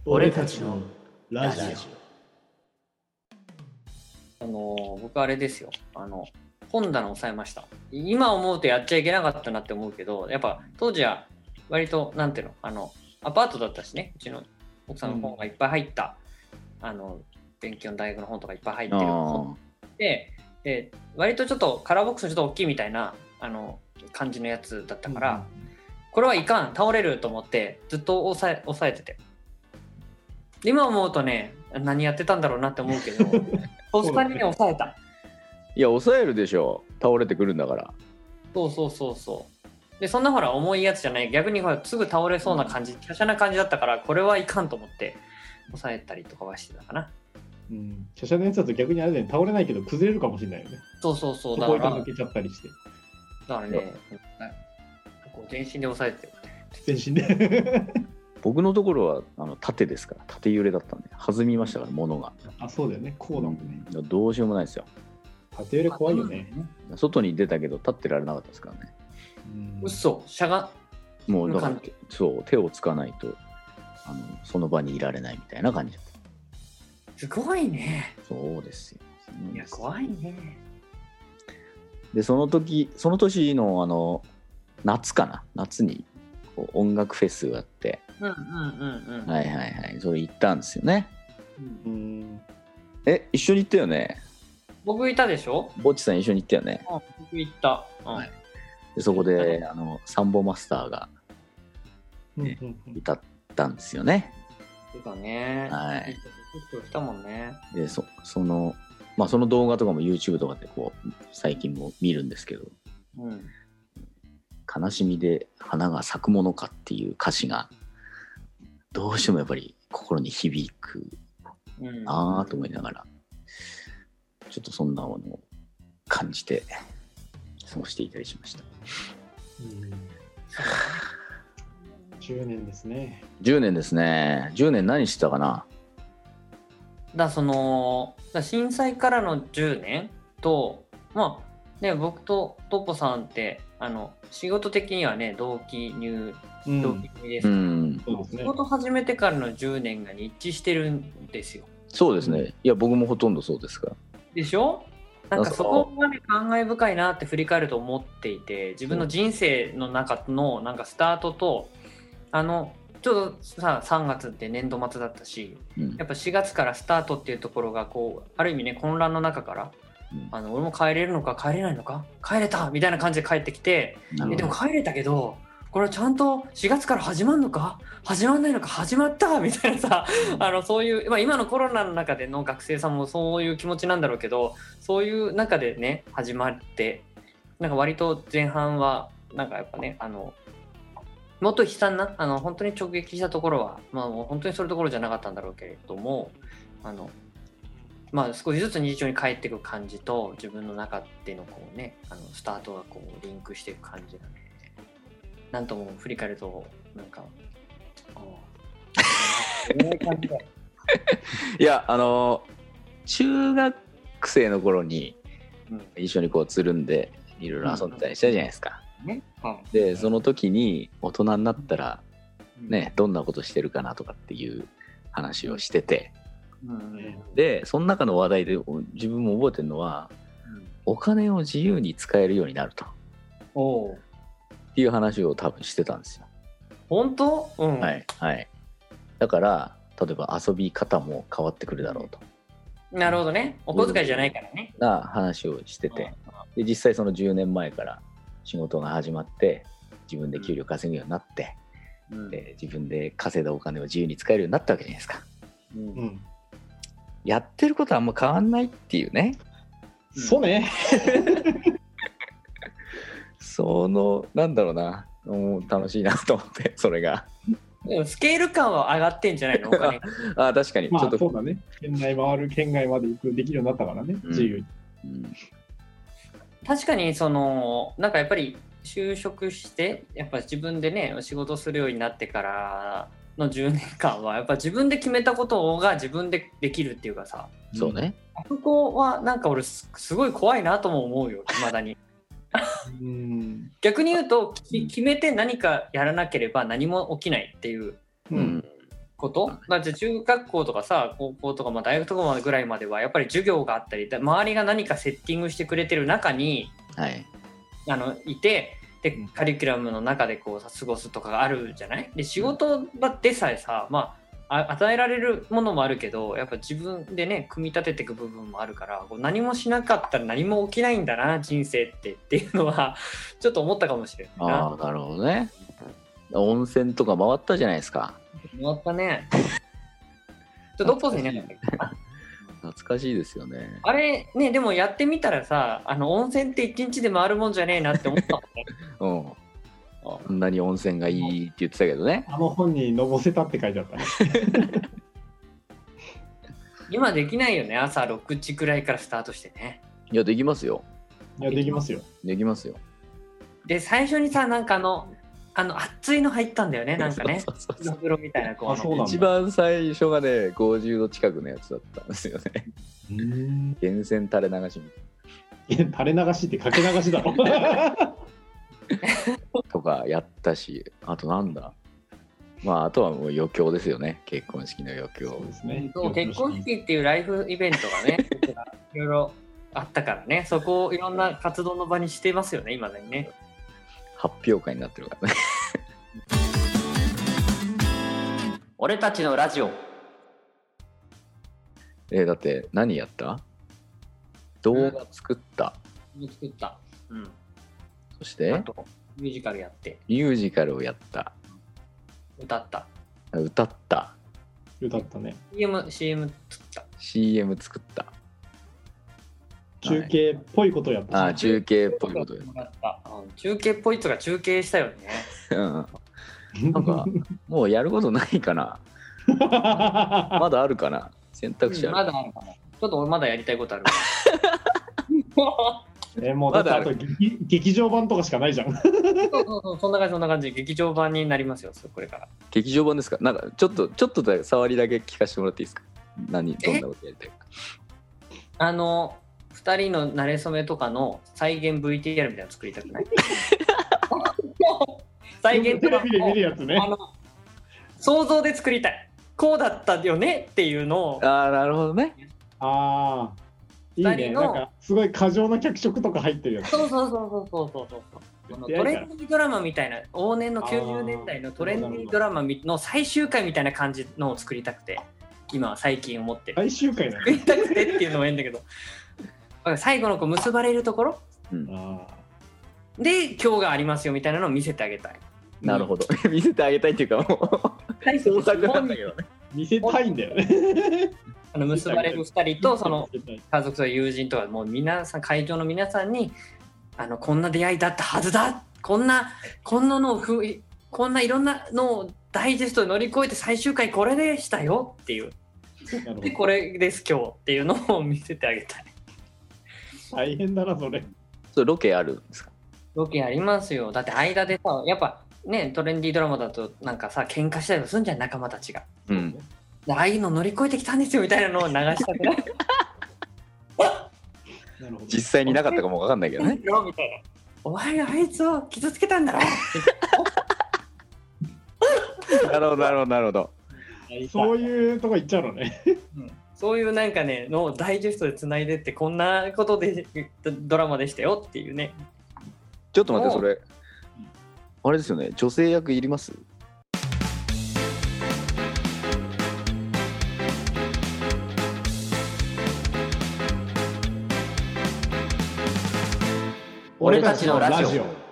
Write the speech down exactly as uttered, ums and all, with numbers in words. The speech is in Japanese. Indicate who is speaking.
Speaker 1: 俺たちのラジオ。
Speaker 2: あの僕あれですよ、あの本棚を抑えました。今思うとやっちゃいけなかったなって思うけど、やっぱ当時は割となんていうの、あのアパートだったしね、うちの奥さんの本がいっぱい入った、うん、あの勉強の大学の本とかいっぱい入ってる本で、で割とちょっとカラーボックスちょっと大きいみたいなあの感じのやつだったから、うん、これはいかん、倒れると思ってずっと抑え、抑えてて、今思うとね、何やってたんだろうなって思うけどとっさにね抑えた。
Speaker 3: いや抑えるでしょ、倒れてくるんだから。
Speaker 2: そうそうそうそうで、そんなほら重いやつじゃない、逆にほらすぐ倒れそうな感じ、華奢な感じだったから、これはいかんと思って抑えたりとかはしてたかな。
Speaker 1: うん、華奢なやつだと逆にあれだよね、倒れないけど崩れるかもしれないよね。
Speaker 2: そうそうそう、
Speaker 1: だから抜けちゃったりして、
Speaker 2: だからね、こう全身で抑えてる。
Speaker 1: 全身で
Speaker 3: 僕のところはあの縦ですから、縦揺れだったんで弾みましたから、物が。
Speaker 1: あ、そうだよね、こうだもんね、
Speaker 3: うん、どうしようもないですよ。
Speaker 1: 縦揺れ怖いよね。
Speaker 3: 外に出たけど立ってられなかったですからね。
Speaker 2: うっそ、しゃが
Speaker 3: もうだからそう手をつかないとあのその場にいられないみたいな感じだった。
Speaker 2: すごいね。
Speaker 3: そうですよ。
Speaker 2: いや怖いね。
Speaker 3: でその時その年のあの夏かな、夏にこう音楽フェスがあって、
Speaker 2: うんうんうんうん、
Speaker 3: はいはいはい、それ行ったんですよね。
Speaker 1: うん、
Speaker 3: え一緒に行ったよね。
Speaker 2: 僕いたでしょ。
Speaker 3: ぼっちさん一緒に行ったよね。
Speaker 2: うん、僕行った、うん、
Speaker 3: はい、でそこであのサンボマスターが、ね、うんうんうん、歌ったんですよね。
Speaker 2: そうだね。
Speaker 3: はい。
Speaker 2: したもんね。
Speaker 3: でそそのまあその動画とかも YouTube とかでこう最近も見るんですけど、うん、悲しみで花が咲くものかっていう歌詞がどうしてもやっぱり心に響くなぁと思いながら、ちょっとそんなものを感じて過ごしていたりしました。うん、
Speaker 1: じゅうねんですね。
Speaker 3: じゅうねんですね。じゅうねん何してたかな。
Speaker 2: だそのだ震災からのじゅうねんと、まあね、僕とトッポさんってあの仕事的にはね同期入、うん、同期入ですから、うん、仕事始めてからのじゅうねんが一致してるんですよ。
Speaker 3: そうですね。いや僕もほとんどそうですから。
Speaker 2: でしょ。なんかそこまで感慨深いなって振り返ると思っていて、自分の人生の中のなんかスタートと、あのちょうどささんがつって年度末だったし、うん、やっぱしがつからスタートっていうところがこうある意味ね混乱の中から、うん、あの俺も帰れるのか帰れないのか帰れたみたいな感じで帰ってきて、えでも帰れたけどこれはちゃんとしがつから始まるのか始まんないのか始まったみたいなさ、あのそういう、まあ、今のコロナの中での学生さんもそういう気持ちなんだろうけど、そういう中でね始まって、なんか割と前半はなんかやっぱねあのもっと悲惨なあの本当に直撃したところは、まあ、もう本当にそれどころじゃなかったんだろうけれども、あのまあ、少しずつ日常に帰っていく感じと自分の中でのこうねあのスタートがこうリンクしていく感じがね、なんとも振り返るとなんか
Speaker 3: いやあの中学生の頃に一緒にこうつるんでいろいろ遊んでたりしたじゃないですか、ね、でその時に大人になったらねどんなことしてるかなとかっていう話をしてて、でその中の話題で自分も覚えてるのは、お金を自由に使えるようになるとおっていう話を多分してたんですよ。
Speaker 2: 本当？うん、
Speaker 3: はいはい。だから例えば遊び方も変わってくるだろうと。
Speaker 2: なるほどね。お小遣いじゃないからね。
Speaker 3: な話をしてて、で実際そのじゅうねんまえから仕事が始まって自分で給料稼ぐようになって、うん、で自分で稼いだお金を自由に使えるようになったわけじゃないですか、うん、やってることはあんま変わんないっていうね、
Speaker 1: うん、そうね
Speaker 3: そのなんだろうな、もう楽しいなと思ってそれが
Speaker 2: スケール感は上がってんじゃないのお金
Speaker 3: あ確かに、
Speaker 1: まあ、
Speaker 3: ちょっと
Speaker 1: そうだね、県内回る県外まで行くできるようになったからね、うん、自由に、うん、
Speaker 2: 確かにそのなんかやっぱり就職してやっぱ自分でね仕事するようになってからのじゅうねんかんはやっぱ自分で決めたことが自分でできるっていうかさ、
Speaker 3: そうね、
Speaker 2: あそこはなんか俺 す, すごい怖いなとも思うよ未だにうん逆に言うと決めて何かやらなければ何も起きないっていう、うん、 ことだって中学校とかさ高校とかまあ大学とかぐらいまではやっぱり授業があったり周りが何かセッティングしてくれてる中に、
Speaker 3: はい、
Speaker 2: あのいてでカリキュラムの中でこうさ過ごすとかがあるじゃないで仕事だってさえさ、まあ、与えられるものもあるけどやっぱ自分でね組み立てていく部分もあるからこう何もしなかったら何も起きないんだな人生ってっていうのはちょっと思ったかもしれないな。
Speaker 3: ああなるほどね。温泉とか回ったじゃないですか。
Speaker 2: 回ったね。ちょどこでね
Speaker 3: 懐かしいですよね。
Speaker 2: あれねでもやってみたらさあの温泉って一日で回るもんじゃねえなって思ったもんね。
Speaker 3: うんこんなに温泉がいいって言ってたけどね。
Speaker 1: あの本にのぼせたって書いてあったね。
Speaker 2: 今できないよね朝ろくじくらいからスタートしてね。
Speaker 3: いやできますよ。
Speaker 1: いやできますよ。
Speaker 3: できますよ。
Speaker 2: で最初にさなんかあのあの熱いの入ったんだよねなんかね。お風呂みたいなこう
Speaker 1: あそうなんだ。
Speaker 3: 一番最初がねごじゅうど近くのやつだったんですよね。
Speaker 1: うーん
Speaker 3: 源泉垂れ流しみ
Speaker 1: いや垂れ流しってかけ流しだろ。
Speaker 3: とかやったしあとなんだまああとはもう余興ですよね結婚式の余興。
Speaker 1: そうですね。
Speaker 2: そう結婚式っていうライフイベントがねいろいろあったからねそこをいろんな活動の場にしてますよね今だにね。
Speaker 3: 発表会になってるからね。
Speaker 2: 俺たちのラジオ。
Speaker 3: えー、だって何やった動画作った、
Speaker 2: うん、作った、うん、
Speaker 3: そして
Speaker 2: あとミュージカルやって
Speaker 3: ミュージカルをやった
Speaker 2: 歌った
Speaker 3: 歌った
Speaker 1: 歌ったね。
Speaker 2: シーエム、シーエム 作った
Speaker 3: シーエム 作った
Speaker 1: 中継っぽいことやった、
Speaker 3: はい、あ中継っぽいことや
Speaker 2: った、うん、中継っぽいとか中継したよね。
Speaker 3: なんかもうやることないかな。まだあるかな選択肢ある、
Speaker 2: うん、まだあるかな。ちょっと俺まだやりたいことある。
Speaker 1: えもうだってあと 劇, 劇場版とかしかないじゃん。
Speaker 2: そうそうそうそんな感じそんな感じ劇場版になりますよこれから。
Speaker 3: 劇場版ですか。なんかちょっとちょっとだ触りだけ聞かせてもらっていいですか。何どんなことやりたいか。あ
Speaker 2: のふたりの馴れ初めとかの再現 ブイティーアール みたいなの作りたくない？再現
Speaker 1: テレビで見るやつね。
Speaker 2: あの想像で作りたい。こうだったよねっていうのを。
Speaker 3: ああなるほどね。
Speaker 1: ああいいね。なんかすごい過剰な脚色とか入ってるやつ。
Speaker 2: そうそうそうそうそうそうそうトレンディードラマみたいな往年のきゅうじゅうねんだいのトレンディードラマの最終回みたいな感じのを作りたくて今は最近思ってる。
Speaker 1: 最終回なの
Speaker 2: 作りたくてっていうのもいいんだけど最後のこう結ばれるところ、うん、あで今日がありますよみたいなのを見せてあげたい。
Speaker 3: なるほど見せてあげたいっていうかもう創作なんだけどね。
Speaker 1: 見せたいんだよね。
Speaker 2: あの結ばれるふたりとその家族と友人とかもう皆さん会場の皆さんにあのこんな出会いだったはずだこんなこんなのをふこんないろんなのをダイジェストで乗り越えて最終回これでしたよっていうでこれです今日っていうのを見せてあげたい。
Speaker 1: 大変だなそれ。
Speaker 3: それロケあるんですか。
Speaker 2: ロケありますよ。だって間でさやっぱねトレンディードラマだとなんかさ喧嘩したりもするんじゃん仲間たちが、うん、でああいうの乗り越えてきたんですよみたいなのを流したくない。
Speaker 3: 実際になかったかも分かんないけどね。
Speaker 2: みたいなお前があいつを傷つけたんだろ。
Speaker 3: なるほどなるほどなるほど。
Speaker 1: そういうとこ行っちゃうのね。
Speaker 2: うん、そういうなんかねのダイジェストでつないでってこんなことでドラマでしたよっていうね。
Speaker 3: ちょっと待ってそれあれですよね女性役いります？
Speaker 2: 俺たちのラジオ。